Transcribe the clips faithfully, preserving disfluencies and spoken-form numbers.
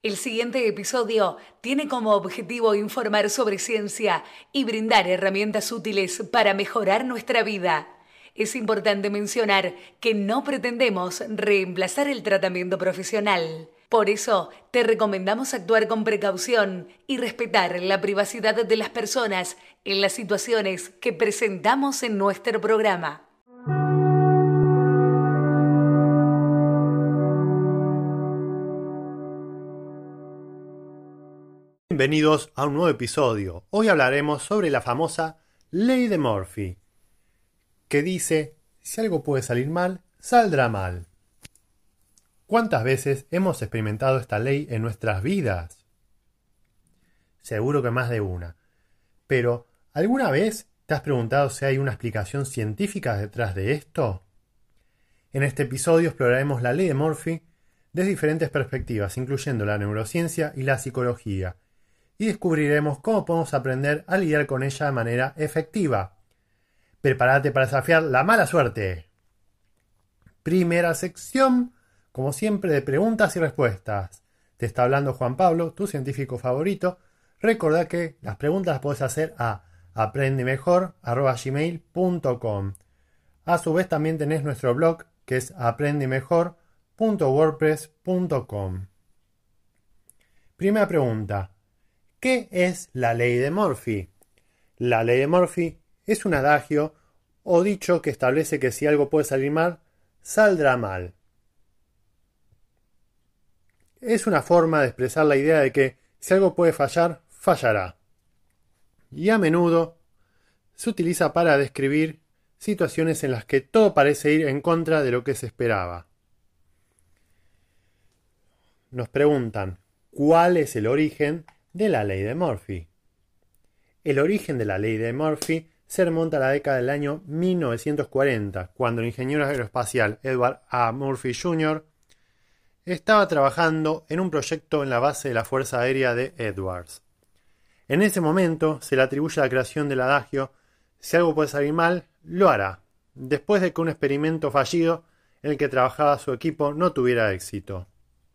El siguiente episodio tiene como objetivo informar sobre ciencia y brindar herramientas útiles para mejorar nuestra vida. Es importante mencionar que no pretendemos reemplazar el tratamiento profesional. Por eso, te recomendamos actuar con precaución y respetar la privacidad de las personas en las situaciones que presentamos en nuestro programa. Bienvenidos a un nuevo episodio. Hoy hablaremos sobre la famosa Ley de Murphy, que dice, si algo puede salir mal, saldrá mal. ¿Cuántas veces hemos experimentado esta ley en nuestras vidas? Seguro que más de una. Pero, ¿alguna vez te has preguntado si hay una explicación científica detrás de esto? En este episodio exploraremos la Ley de Murphy desde diferentes perspectivas, incluyendo la neurociencia y la psicología, y descubriremos cómo podemos aprender a lidiar con ella de manera efectiva. Prepárate para desafiar la mala suerte. Primera sección, como siempre, de preguntas y respuestas. Te está hablando Juan Pablo, tu científico favorito. Recordá que las preguntas las podés hacer a aprendemejor arroba gmail punto com. A su vez también tenés nuestro blog, que es aprendemejor punto wordpress punto com. Primera pregunta. ¿Qué es la ley de Murphy? La ley de Murphy es un adagio o dicho que establece que si algo puede salir mal, saldrá mal. Es una forma de expresar la idea de que si algo puede fallar, fallará. Y a menudo se utiliza para describir situaciones en las que todo parece ir en contra de lo que se esperaba. Nos preguntan, ¿cuál es el origen de la ley de Murphy? El origen de la ley de Murphy se remonta a la década del año mil novecientos cuarenta, cuando el ingeniero aeroespacial Edward A. Murphy junior estaba trabajando en un proyecto en la base de la Fuerza Aérea de Edwards. En ese momento se le atribuye la creación del adagio, si algo puede salir mal, lo hará, después de que un experimento fallido en el que trabajaba su equipo no tuviera éxito.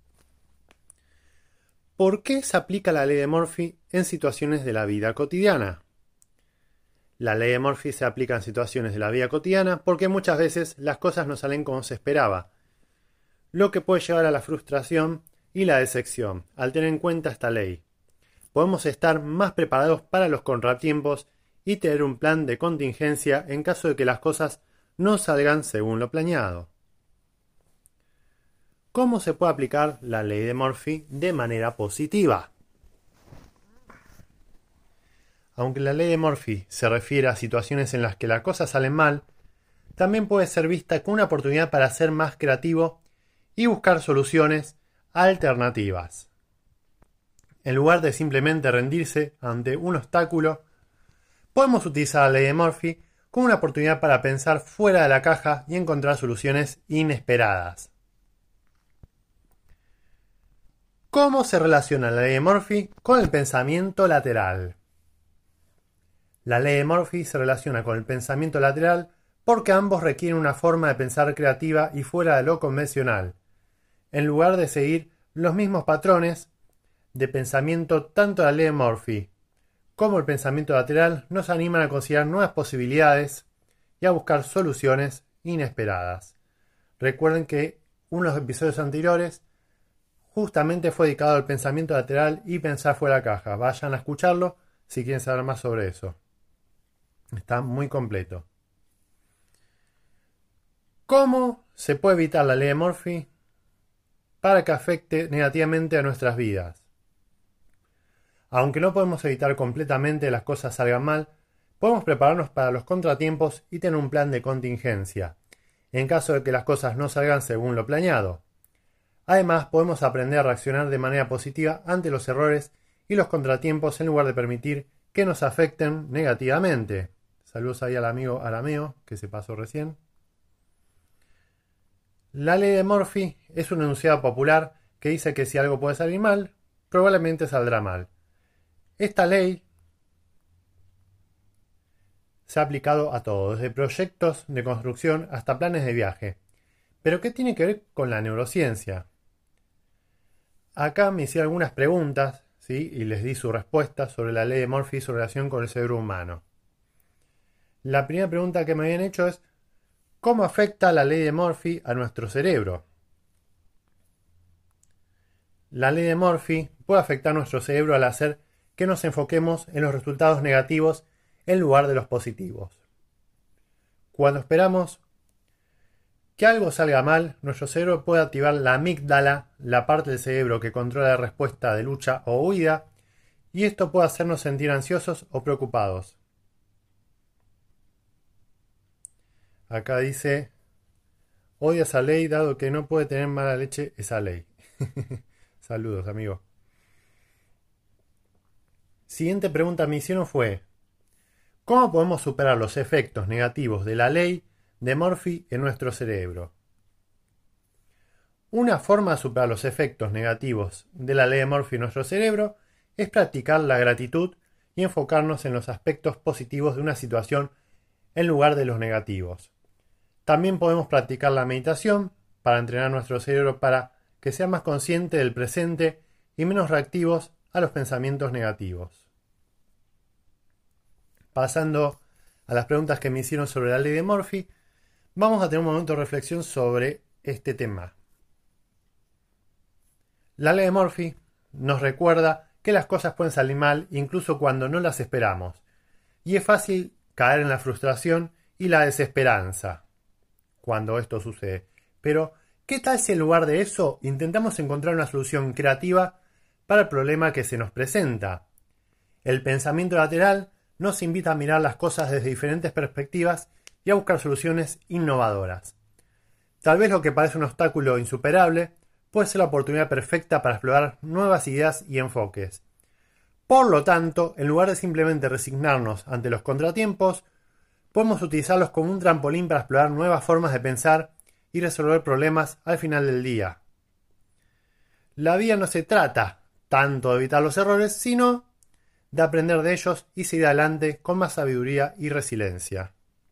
¿Por qué se aplica la ley de Murphy en situaciones de la vida cotidiana? La ley de Murphy se aplica en situaciones de la vida cotidiana porque muchas veces las cosas no salen como se esperaba, lo que puede llevar a la frustración y la decepción. Al tener en cuenta esta ley, podemos estar más preparados para los contratiempos y tener un plan de contingencia en caso de que las cosas no salgan según lo planeado. ¿Cómo se puede aplicar la ley de Murphy de manera positiva? Aunque la ley de Murphy se refiere a situaciones en las que las cosas salen mal, también puede ser vista como una oportunidad para ser más creativo y buscar soluciones alternativas. En lugar de simplemente rendirse ante un obstáculo, podemos utilizar la ley de Murphy como una oportunidad para pensar fuera de la caja y encontrar soluciones inesperadas. ¿Cómo se relaciona la ley de Murphy con el pensamiento lateral? La ley de Murphy se relaciona con el pensamiento lateral porque ambos requieren una forma de pensar creativa y fuera de lo convencional. En lugar de seguir los mismos patrones de pensamiento, tanto la ley de Murphy como el pensamiento lateral nos animan a considerar nuevas posibilidades y a buscar soluciones inesperadas. Recuerden que uno de los episodios anteriores justamente fue dedicado al pensamiento lateral y pensar fuera de la caja. Vayan a escucharlo si quieren saber más sobre eso. Está muy completo. ¿Cómo se puede evitar la ley de Murphy para que afecte negativamente a nuestras vidas? Aunque no podemos evitar completamente que las cosas salgan mal, podemos prepararnos para los contratiempos y tener un plan de contingencia, en caso de que las cosas no salgan según lo planeado. Además, podemos aprender a reaccionar de manera positiva ante los errores y los contratiempos en lugar de permitir que nos afecten negativamente. Saludos ahí al amigo Arameo, que se pasó recién. La ley de Murphy es un enunciado popular que dice que si algo puede salir mal, probablemente saldrá mal. Esta ley se ha aplicado a todo, desde proyectos de construcción hasta planes de viaje. ¿Pero qué tiene que ver con la neurociencia? acá me hicieron algunas preguntas, ¿sí? Y les di su respuesta sobre la ley de Murphy y su relación con el cerebro humano. La primera pregunta que me habían hecho es: ¿cómo afecta la ley de Murphy a nuestro cerebro? La ley de Murphy puede afectar nuestro cerebro al hacer que nos enfoquemos en los resultados negativos en lugar de los positivos. Cuando esperamos que algo salga mal, nuestro cerebro puede activar la amígdala, la parte del cerebro que controla la respuesta de lucha o huida, y esto puede hacernos sentir ansiosos o preocupados. Acá dice: odia esa ley dado que no puede tener mala leche esa ley. Saludos, amigo. Siguiente pregunta que me hicieron fue: ¿cómo podemos superar los efectos negativos de la ley de Murphy en nuestro cerebro? Una forma de superar los efectos negativos de la ley de Murphy en nuestro cerebro es practicar la gratitud y enfocarnos en los aspectos positivos de una situación en lugar de los negativos. También podemos practicar la meditación para entrenar nuestro cerebro para que sea más consciente del presente y menos reactivos a los pensamientos negativos. Pasando a las preguntas que me hicieron sobre la ley de Murphy, vamos a tener un momento de reflexión sobre este tema. La ley de Murphy nos recuerda que las cosas pueden salir mal incluso cuando no las esperamos, y es fácil caer en la frustración y la desesperanza cuando esto sucede. Pero, ¿qué tal si en lugar de eso intentamos encontrar una solución creativa para el problema que se nos presenta? El pensamiento lateral nos invita a mirar las cosas desde diferentes perspectivas y a buscar soluciones innovadoras. Tal vez lo que parece un obstáculo insuperable puede ser la oportunidad perfecta para explorar nuevas ideas y enfoques. Por lo tanto, en lugar de simplemente resignarnos ante los contratiempos, podemos utilizarlos como un trampolín para explorar nuevas formas de pensar y resolver problemas al final del día. La vida no se trata tanto de evitar los errores, sino de aprender de ellos y seguir adelante con más sabiduría y resiliencia.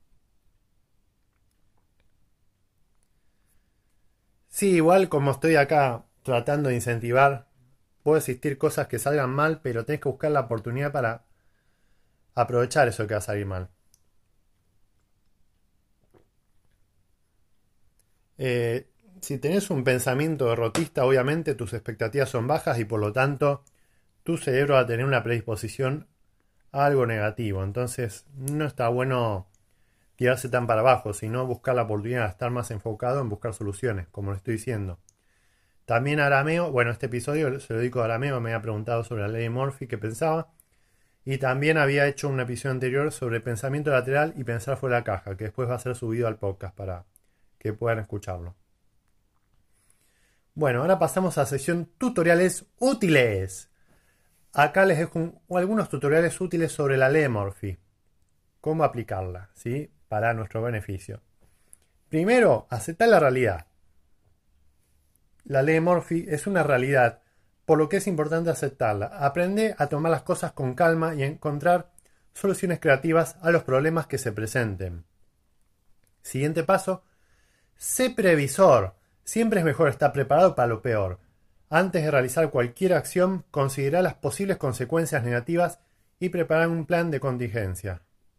Sí, igual como estoy acá tratando de incentivar, puede existir cosas que salgan mal, pero tenés que buscar la oportunidad para aprovechar eso que va a salir mal. Eh, si tenés un pensamiento derrotista, obviamente tus expectativas son bajas y por lo tanto tu cerebro va a tener una predisposición a algo negativo. Entonces no está bueno tirarse tan para abajo, sino buscar la oportunidad de estar más enfocado en buscar soluciones, como lo estoy diciendo. También Arameo, bueno, este episodio se lo dedico a Arameo, me había preguntado sobre la ley de Murphy, qué pensaba. Y también había hecho un episodio anterior sobre pensamiento lateral y pensar fuera de la caja, que después va a ser subido al podcast para que puedan escucharlo. Bueno, ahora pasamos a la sección tutoriales útiles. Acá les dejo un, algunos tutoriales útiles sobre la ley de Murphy. Cómo aplicarla, ¿sí? Para nuestro beneficio. Primero, aceptar la realidad. La ley de Murphy es una realidad, por lo que es importante aceptarla. Aprende a tomar las cosas con calma y a encontrar soluciones creativas a los problemas que se presenten. Siguiente paso, sé previsor. Siempre es mejor estar preparado para lo peor. Antes de realizar cualquier acción, considera las posibles consecuencias negativas y prepara un plan de contingencia.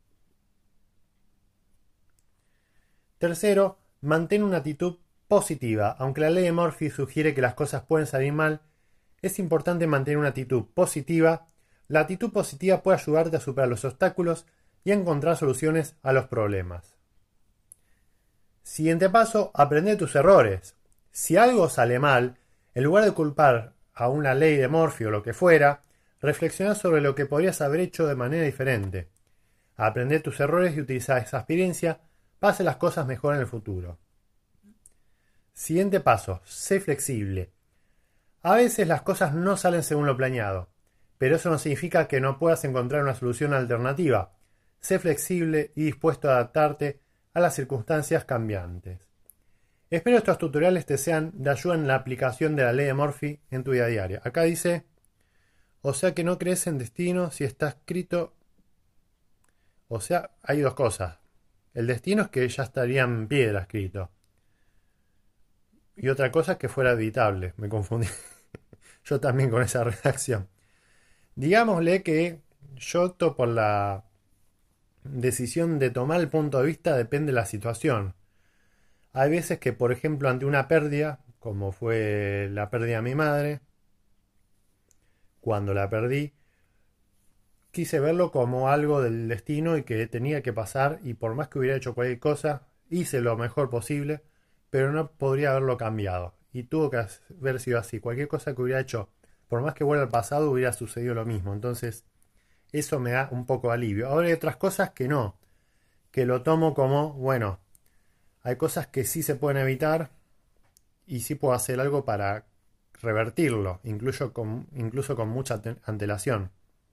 Tercero, mantén una actitud positiva. Aunque la ley de Murphy sugiere que las cosas pueden salir mal, es importante mantener una actitud positiva. La actitud positiva puede ayudarte a superar los obstáculos y a encontrar soluciones a los problemas. Siguiente paso, aprende de tus errores. Si algo sale mal, en lugar de culpar a una ley de Murphy o lo que fuera, reflexiona sobre lo que podrías haber hecho de manera diferente. Aprende tus errores y utiliza esa experiencia para hacer las cosas mejor en el futuro. Siguiente paso, sé flexible. A veces las cosas no salen según lo planeado, pero eso no significa que no puedas encontrar una solución alternativa. Sé flexible y dispuesto a adaptarte a las circunstancias cambiantes. Espero estos tutoriales te sean de ayuda en la aplicación de la ley de Murphy en tu vida diaria. Acá dice, o sea que no crees en destino si está escrito. O sea, hay dos cosas. El destino es que ya estaría en piedra escrito. Y otra cosa es que fuera editable. Me confundí. yo también con esa reacción. Digámosle que yo opto por la decisión de tomar el punto de vista, depende de la situación. Hay veces que, por ejemplo, ante una pérdida, como fue la pérdida de mi madre, cuando la perdí, quise verlo como algo del destino y que tenía que pasar, y por más que hubiera hecho cualquier cosa, hice lo mejor posible, pero no podría haberlo cambiado. Y tuvo que haber sido así. Cualquier cosa que hubiera hecho, por más que vuelva al pasado, hubiera sucedido lo mismo. Entonces, eso me da un poco de alivio. Ahora hay otras cosas que no, que lo tomo como, bueno, hay cosas que sí se pueden evitar y sí puedo hacer algo para revertirlo, incluso con, incluso con mucha antelación.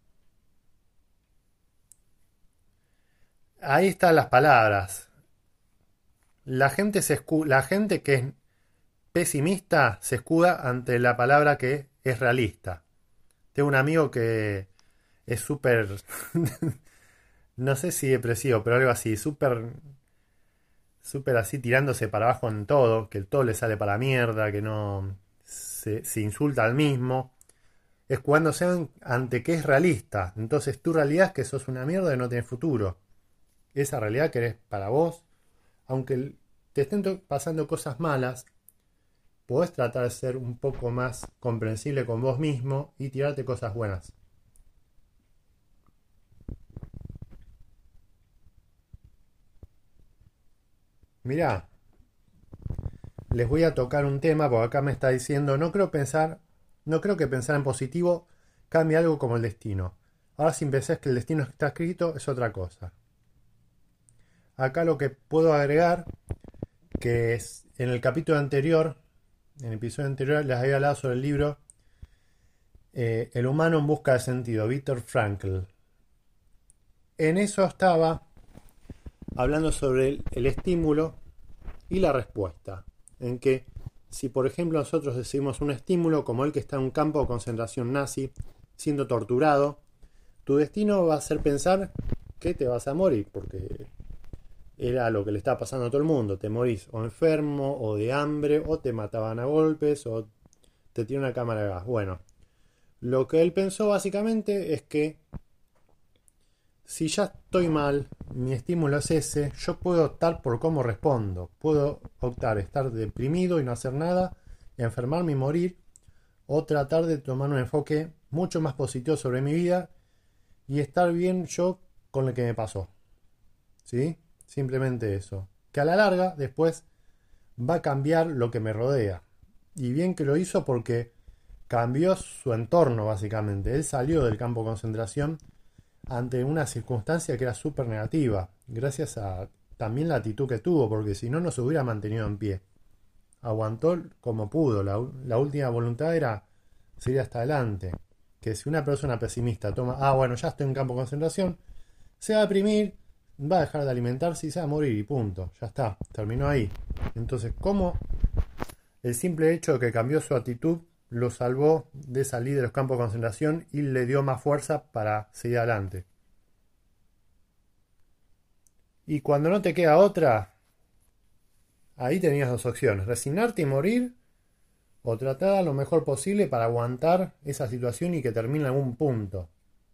Ahí están las palabras. La gente, se escu la gente que es pesimista se escuda ante la palabra que es realista. Tengo un amigo que es súper, no sé si depresivo, pero algo así, súper, súper así tirándose para abajo en todo, que el todo le sale para la mierda, que no se, se insulta al mismo. Escudándose ante que es realista. Entonces tu realidad es que sos una mierda y no tenés futuro. Esa realidad que eres para vos, aunque te estén pasando cosas malas, podés tratar de ser un poco más comprensible con vos mismo y tirarte cosas buenas. Mirá, les voy a tocar un tema porque acá me está diciendo, no creo pensar, no creo que pensar en positivo cambie algo como el destino. Ahora si pensás que el destino está escrito es otra cosa. Acá lo que puedo agregar, que es en el capítulo anterior, en el episodio anterior les había hablado sobre el libro eh, El humano en busca de sentido, Viktor Frankl. En eso estaba hablando sobre el, el estímulo y la respuesta. En que si por ejemplo nosotros decimos un estímulo como el que está en un campo de concentración nazi siendo torturado, tu destino va a ser pensar que te vas a morir, porque era lo que le estaba pasando a todo el mundo. Te morís o enfermo, o de hambre, o te mataban a golpes, o te tiran una cámara de gas. Bueno, lo que él pensó básicamente es que si ya estoy mal, mi estímulo es ese, yo puedo optar por cómo respondo. Puedo optar estar deprimido y no hacer nada, enfermarme y morir, o tratar de tomar un enfoque mucho más positivo sobre mi vida y estar bien yo con lo que me pasó. ¿Sí? Simplemente eso. Que a la larga, después, va a cambiar lo que me rodea. Y bien que lo hizo porque cambió su entorno, básicamente. Él salió del campo de concentración ante una circunstancia que era súper negativa. Gracias a también la actitud que tuvo, porque si no, no se hubiera mantenido en pie. Aguantó como pudo. La, la última voluntad era seguir hasta adelante. Que si una persona pesimista toma, ah, bueno, ya estoy en campo de concentración, se va a deprimir, va a dejar de alimentarse y se va a morir y punto, ya está, terminó ahí. Entonces, ¿cómo el simple hecho de que cambió su actitud lo salvó de salir de los campos de concentración y le dio más fuerza para seguir adelante? Y cuando no te queda otra, ahí tenías dos opciones, resignarte y morir, o tratar lo mejor posible para aguantar esa situación y que termine en algún punto.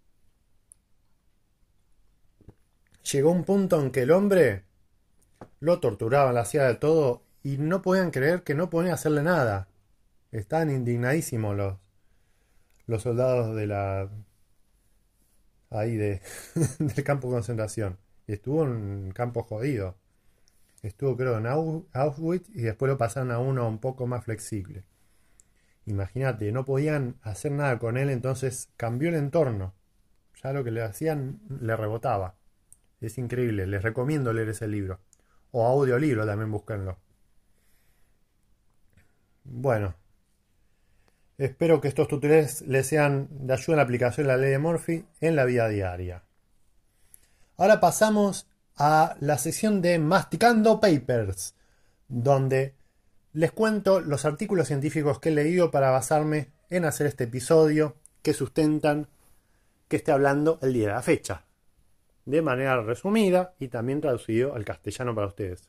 Llegó un punto en que el hombre lo torturaban, le hacía de todo y no podían creer que no podían hacerle nada. Estaban indignadísimos los, los soldados de la ahí de, del campo de concentración. Y estuvo en un campo jodido. Estuvo creo en Auschwitz y después lo pasaron a uno un poco más flexible. Imagínate, no podían hacer nada con él, entonces cambió el entorno. Ya lo que le hacían le rebotaba. Es increíble, les recomiendo leer ese libro. O audiolibro también, búsquenlo. Bueno, espero que estos tutoriales les sean de ayuda en la aplicación de la ley de Murphy en la vida diaria. Ahora pasamos a la sección de Masticando Papers, donde les cuento los artículos científicos que he leído para basarme en hacer este episodio que sustentan que esté hablando el día de la fecha. De manera resumida y también traducido al castellano para ustedes.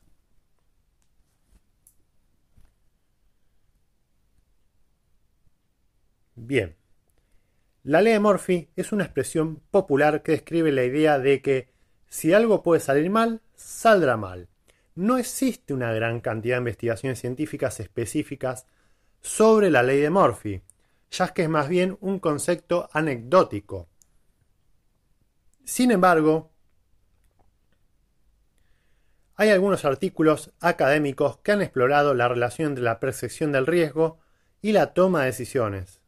Bien. La ley de Murphy es una expresión popular que describe la idea de que si algo puede salir mal, saldrá mal. No existe una gran cantidad de investigaciones científicas específicas sobre la ley de Murphy, ya que es más bien un concepto anecdótico. Sin embargo, hay algunos artículos académicos que han explorado la relación entre la percepción del riesgo y la toma de decisiones.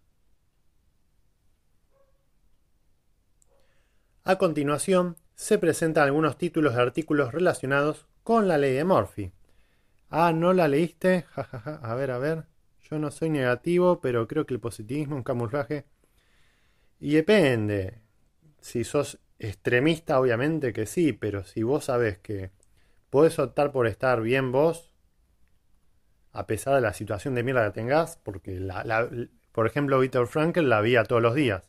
A continuación, se presentan algunos títulos de artículos relacionados con la ley de Murphy. Ah, ¿no la leíste? Ja, ja, ja. A ver, a ver. Yo no soy negativo, pero creo que el positivismo es un camuflaje. Y depende. Si sos extremista, obviamente que sí, pero si vos sabés que podés optar por estar bien vos, a pesar de la situación de mierda que tengas, porque, la, la, por ejemplo, Viktor Frankl la veía todos los días.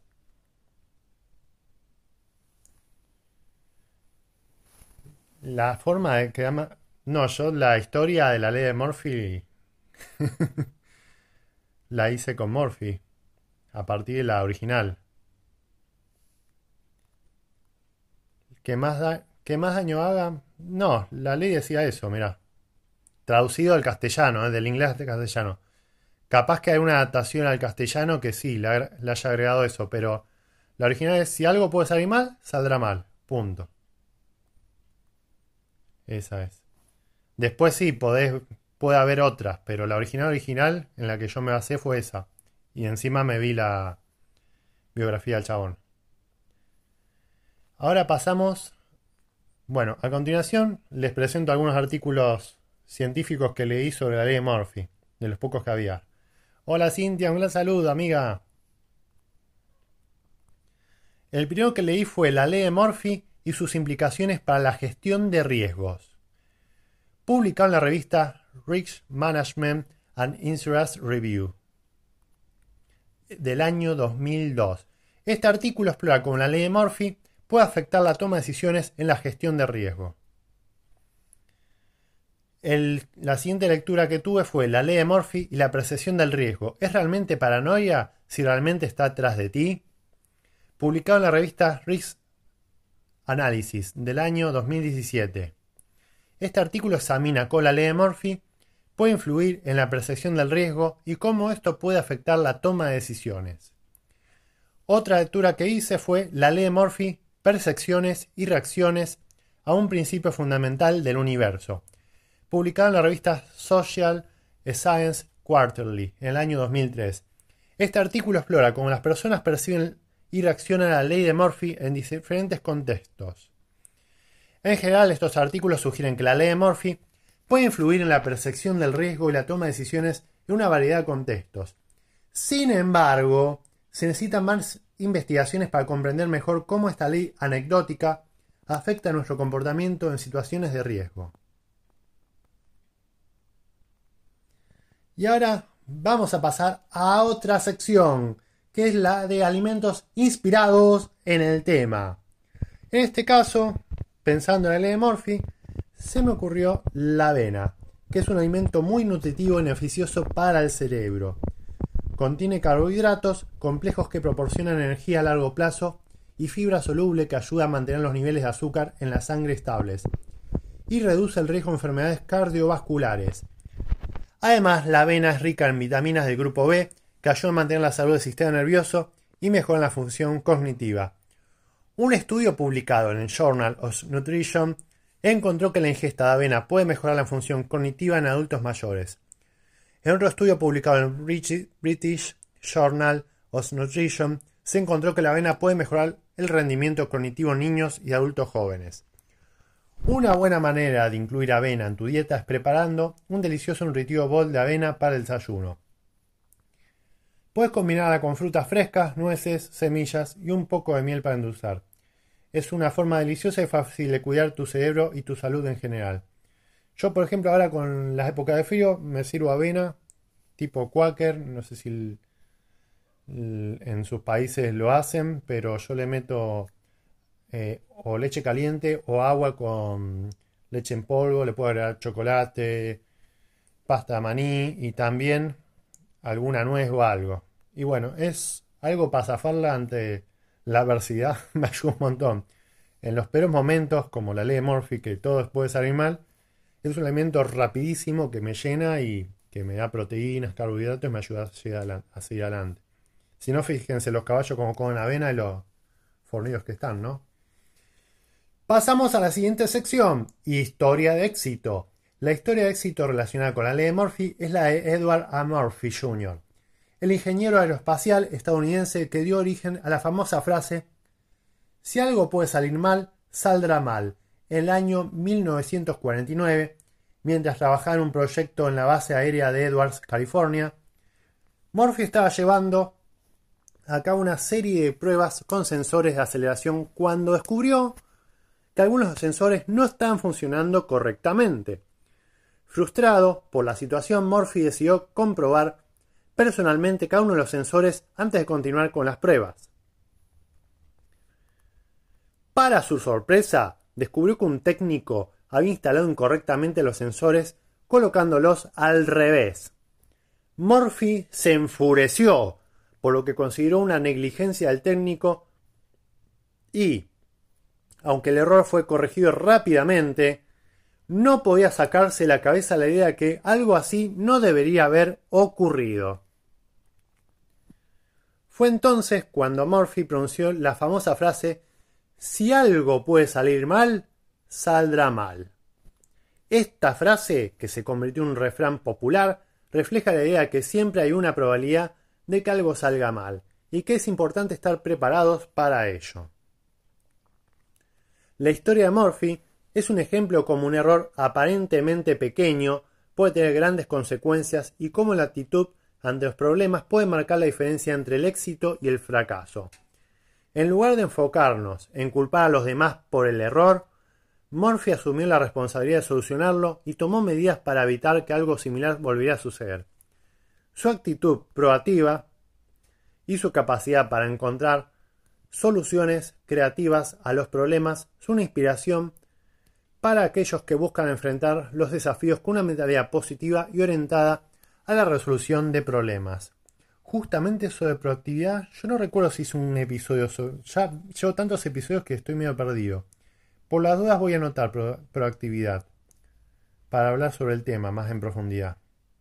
La forma de que ama... No, yo la historia de la ley de Murphy la hice con Murphy, a partir de la original. ¿Qué más, da... ¿Qué más daño haga? No, la ley decía eso, mirá. Traducido al castellano, ¿eh? Del inglés al castellano. Capaz que hay una adaptación al castellano que sí, le, le haya agregado eso, pero la original es si algo puede salir mal, saldrá mal. Punto. Esa es. Después sí, podés, puede haber otras, pero la original original en la que yo me basé fue esa. Y encima me vi la biografía del chabón. Ahora pasamos... Bueno, a continuación les presento algunos artículos científicos que leí sobre la ley de Murphy, de los pocos que había. Hola Cintia, un gran saludo, amiga. El primero que leí fue la ley de Murphy y sus implicaciones para la gestión de riesgos, publicado en la revista Risk Management and Insurance Review del año dos mil dos. Este artículo explora cómo la ley de Murphy puede afectar la toma de decisiones en la gestión de riesgo. El, la siguiente lectura que tuve fue la ley de Murphy y la percepción del riesgo. ¿Es realmente paranoia si realmente está atrás de ti? Publicado en la revista Risk Analysis del año dos mil diecisiete. Este artículo examina cómo la ley de Murphy puede influir en la percepción del riesgo y cómo esto puede afectar la toma de decisiones. Otra lectura que hice fue la ley de Murphy, percepciones y reacciones a un principio fundamental del universo, publicado en la revista Social Science Quarterly en el año dos mil tres. Este artículo explora cómo las personas perciben y reaccionan a la ley de Murphy en diferentes contextos. En general, estos artículos sugieren que la ley de Murphy puede influir en la percepción del riesgo y la toma de decisiones en una variedad de contextos. Sin embargo, se necesitan más investigaciones para comprender mejor cómo esta ley anecdótica afecta nuestro comportamiento en situaciones de riesgo. Y ahora vamos a pasar a otra sección, que es la de alimentos inspirados en el tema. En este caso, pensando en la ley de Murphy, se me ocurrió la avena, que es un alimento muy nutritivo y beneficioso para el cerebro. Contiene carbohidratos complejos que proporcionan energía a largo plazo y fibra soluble que ayuda a mantener los niveles de azúcar en la sangre estables y reduce el riesgo de enfermedades cardiovasculares. Además, la avena es rica en vitaminas del grupo B que ayudan a mantener la salud del sistema nervioso y mejoran la función cognitiva. Un estudio publicado en el Journal of Nutrition encontró que la ingesta de avena puede mejorar la función cognitiva en adultos mayores. En otro estudio publicado en el British Journal of Nutrition se encontró que la avena puede mejorar el rendimiento cognitivo en niños y adultos jóvenes. Una buena manera de incluir avena en tu dieta es preparando un delicioso y nutritivo bol de avena para el desayuno. Puedes combinarla con frutas frescas, nueces, semillas y un poco de miel para endulzar. Es una forma deliciosa y fácil de cuidar tu cerebro y tu salud en general. Yo, por ejemplo, ahora con las épocas de frío me sirvo avena tipo Quaker, no sé si el, el, en sus países lo hacen, pero yo le meto eh, o leche caliente o agua con leche en polvo, le puedo agregar chocolate, pasta de maní y también alguna nuez o algo. Y bueno, es algo para zafarla ante la adversidad, me ayuda un montón. En los peores momentos, como la ley de Murphy, que todo puede salir mal, es un alimento rapidísimo que me llena y que me da proteínas, carbohidratos y me ayuda a seguir, a seguir adelante. Si no, fíjense los caballos como comen avena y los fornidos que están, ¿no? Pasamos a la siguiente sección, historia de éxito. La historia de éxito relacionada con la ley de Murphy es la de Edward A. Murphy junior, el ingeniero aeroespacial estadounidense que dio origen a la famosa frase «Si algo puede salir mal, saldrá mal», en el año mil novecientos cuarenta y nueve, mientras trabajaba en un proyecto en la base aérea de Edwards, California. Murphy estaba llevando a cabo una serie de pruebas con sensores de aceleración cuando descubrió que algunos sensores no estaban funcionando correctamente. Frustrado por la situación, Murphy decidió comprobar personalmente cada uno de los sensores antes de continuar con las pruebas. Para su sorpresa, descubrió que un técnico había instalado incorrectamente los sensores colocándolos al revés. Murphy se enfureció, por lo que consideró una negligencia del técnico y, aunque el error fue corregido rápidamente, no podía sacarse de la cabeza la idea de que algo así no debería haber ocurrido. Fue entonces cuando Murphy pronunció la famosa frase «Si algo puede salir mal, saldrá mal». Esta frase, que se convirtió en un refrán popular, refleja la idea de que siempre hay una probabilidad de que algo salga mal y que es importante estar preparados para ello. La historia de Murphy es un ejemplo como un error aparentemente pequeño puede tener grandes consecuencias y cómo la actitud ante los problemas puede marcar la diferencia entre el éxito y el fracaso. En lugar de enfocarnos en culpar a los demás por el error, Murphy asumió la responsabilidad de solucionarlo y tomó medidas para evitar que algo similar volviera a suceder. Su actitud proactiva y su capacidad para encontrar soluciones creativas a los problemas son una inspiración para aquellos que buscan enfrentar los desafíos con una mentalidad positiva y orientada a la resolución de problemas. Justamente eso de proactividad, yo no recuerdo si hice un episodio sobre, ya llevo tantos episodios que estoy medio perdido. Por las dudas voy a anotar pro, proactividad para hablar sobre el tema más en profundidad.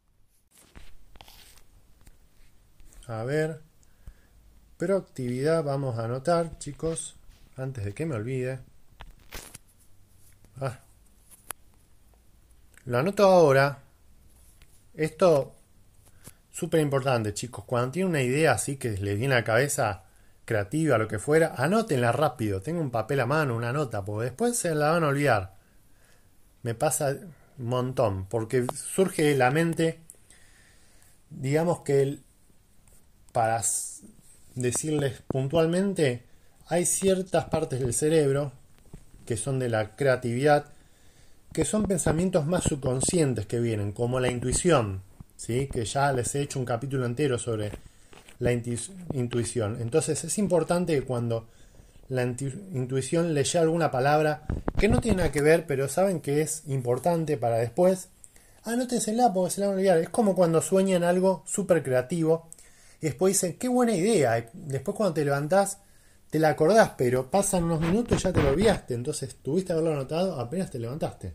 A ver, proactividad vamos a anotar, chicos, antes de que me olvide. Ah. Lo anoto ahora. Esto súper importante, chicos. Cuando tienen una idea así que les viene a la cabeza, creativa, lo que fuera, anótenla rápido. Tengan un papel a mano, una nota, porque después se la van a olvidar. Me pasa un montón, porque surge de la mente, digamos que el, para decirles puntualmente, hay ciertas partes del cerebro que son de la creatividad, que son pensamientos más subconscientes que vienen, como la intuición, ¿sí? Que ya les he hecho un capítulo entero sobre la intu- intuición. Entonces es importante que cuando la intu- intuición les llegue alguna palabra que no tiene nada que ver, pero saben que es importante para después, anótensela porque se la van a olvidar. Es como cuando sueñan algo súper creativo y después dicen, qué buena idea. Y después cuando te levantás, te la acordás, pero pasan unos minutos y ya te lo olvidaste. Entonces tuviste que haberlo anotado apenas te levantaste.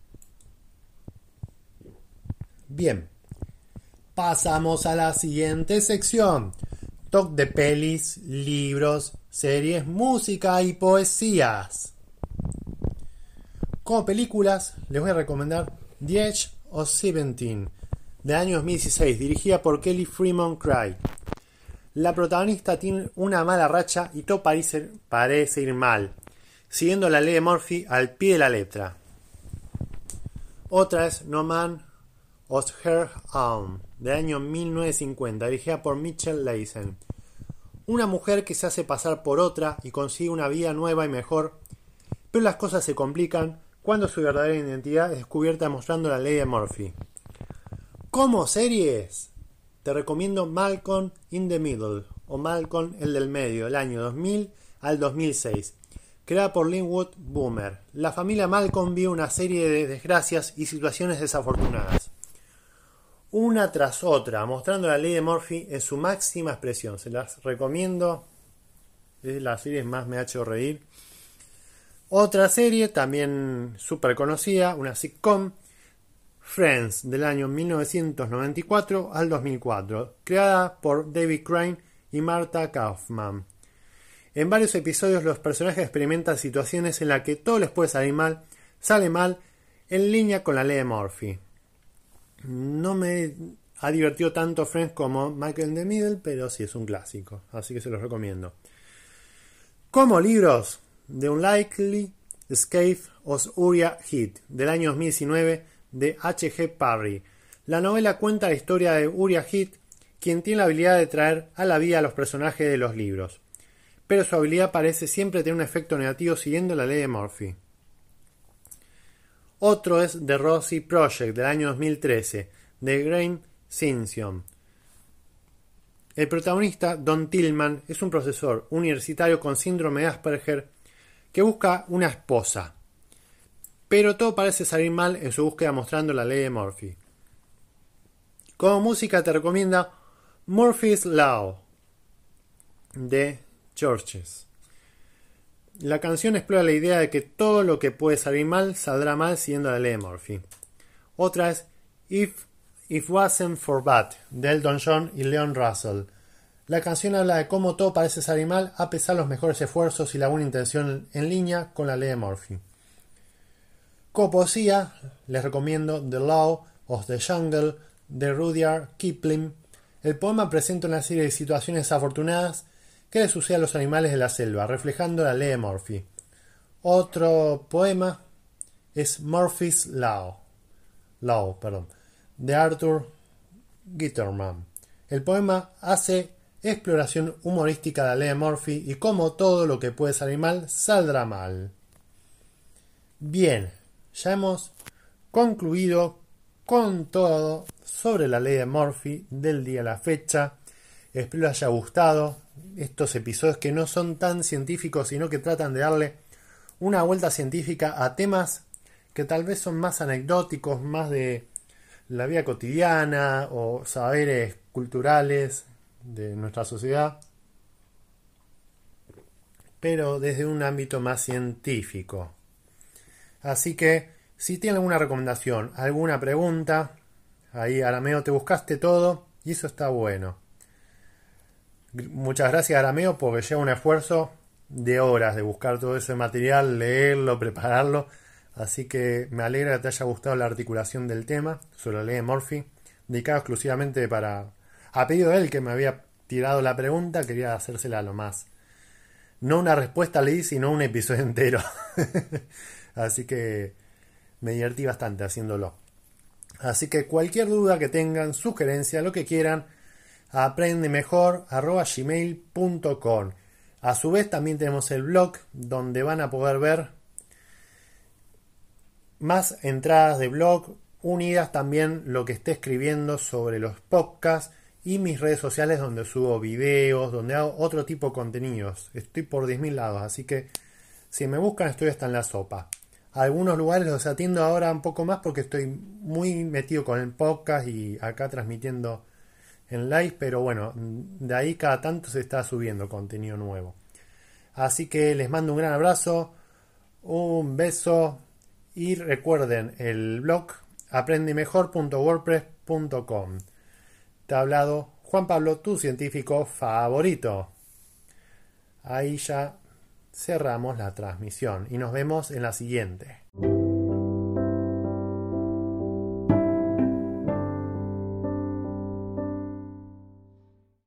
Bien. Pasamos a la siguiente sección. Top de pelis, libros, series, música y poesías. Como películas, les voy a recomendar The Edge of Seventeen, de año dos mil dieciséis, dirigida por Kelly Fremon Cray. La protagonista tiene una mala racha y todo parece, parece ir mal, siguiendo la ley de Murphy al pie de la letra. Otra es No Man of Her Own, de año mil novecientos cincuenta, dirigida por Mitchell Leisen. Una mujer que se hace pasar por otra y consigue una vida nueva y mejor, pero las cosas se complican cuando su verdadera identidad es descubierta mostrando la ley de Murphy. Como series, te recomiendo Malcolm in the Middle, o Malcolm el del medio, del año dos mil al dos mil seis, creada por Linwood Boomer. La familia Malcolm vive una serie de desgracias y situaciones desafortunadas. una tras otra, mostrando la ley de Murphy en su máxima expresión. Se las recomiendo, es de las series más me ha hecho reír. Otra serie también súper conocida, una sitcom, Friends, del año mil novecientos noventa y cuatro al dos mil cuatro, creada por David Crane y Marta Kauffman. En varios episodios los personajes experimentan situaciones en las que todo les puede salir mal, sale mal, en línea con la ley de Murphy. No me ha divertido tanto Friends como Malcolm in the Middle, pero sí es un clásico, así que se los recomiendo. Como libros, The Unlikely Escape of Uriah Heep, del año dos mil diecinueve, de H G Parry. La novela cuenta la historia de Uriah Heep, quien tiene la habilidad de traer a la vida a los personajes de los libros, pero su habilidad parece siempre tener un efecto negativo siguiendo la ley de Murphy. Otro es The Rosie Project, del año dos mil trece, de Graham Simpson. El protagonista, Don Tillman, es un profesor universitario con síndrome de Asperger que busca una esposa, pero todo parece salir mal en su búsqueda mostrando la ley de Murphy. Como música te recomienda Murphy's Law, de Churches. La canción explora la idea de que todo lo que puede salir mal saldrá mal siguiendo la ley de Murphy. Otra es If It Wasn't for That, de Elton John y Leon Russell. La canción habla de cómo todo parece salir mal a pesar de los mejores esfuerzos y la buena intención en línea con la ley de Murphy. Como poesía, les recomiendo The Law of the Jungle, de Rudyard Kipling. El poema presenta una serie de situaciones desafortunadas que le sucede a los animales de la selva, reflejando la ley de Murphy. Otro poema es Murphy's Law, Law perdón, de Arthur Gitterman. El poema hace exploración humorística de la ley de Murphy y cómo todo lo que puede salir mal, saldrá mal. Bien, ya hemos concluido con todo sobre la ley de Murphy del día a la fecha. Espero les haya gustado estos episodios que no son tan científicos, sino que tratan de darle una vuelta científica a temas que tal vez son más anecdóticos, más de la vida cotidiana o saberes culturales de nuestra sociedad, pero desde un ámbito más científico. Así que si tienen alguna recomendación, alguna pregunta, ahí Arameo te buscaste todo y eso está bueno. Muchas gracias Arameo porque lleva un esfuerzo de horas de buscar todo ese material, leerlo, prepararlo, así que me alegra que te haya gustado la articulación del tema sobre la ley de Murphy, dedicado exclusivamente para, a pedido de él que me había tirado la pregunta, quería hacérsela lo más, no una respuesta leí, sino un episodio entero. Así que me divertí bastante haciéndolo. Así que cualquier duda que tengan, sugerencia, lo que quieran, aprendemejor arroba gmail punto com. A su vez también tenemos el blog donde van a poder ver más entradas de blog, unidas también lo que esté escribiendo sobre los podcasts y mis redes sociales donde subo videos, donde hago otro tipo de contenidos. Estoy por diez mil lados, así que si me buscan estoy hasta en la sopa. A algunos lugares los atiendo ahora un poco más porque estoy muy metido con el podcast y acá transmitiendo en live, pero bueno, de ahí cada tanto se está subiendo contenido nuevo. Así que les mando un gran abrazo, un beso y recuerden el blog aprendemejor punto wordpress punto com. Te ha hablado Juan Pablo, tu científico favorito. Ahí ya cerramos la transmisión y nos vemos en la siguiente.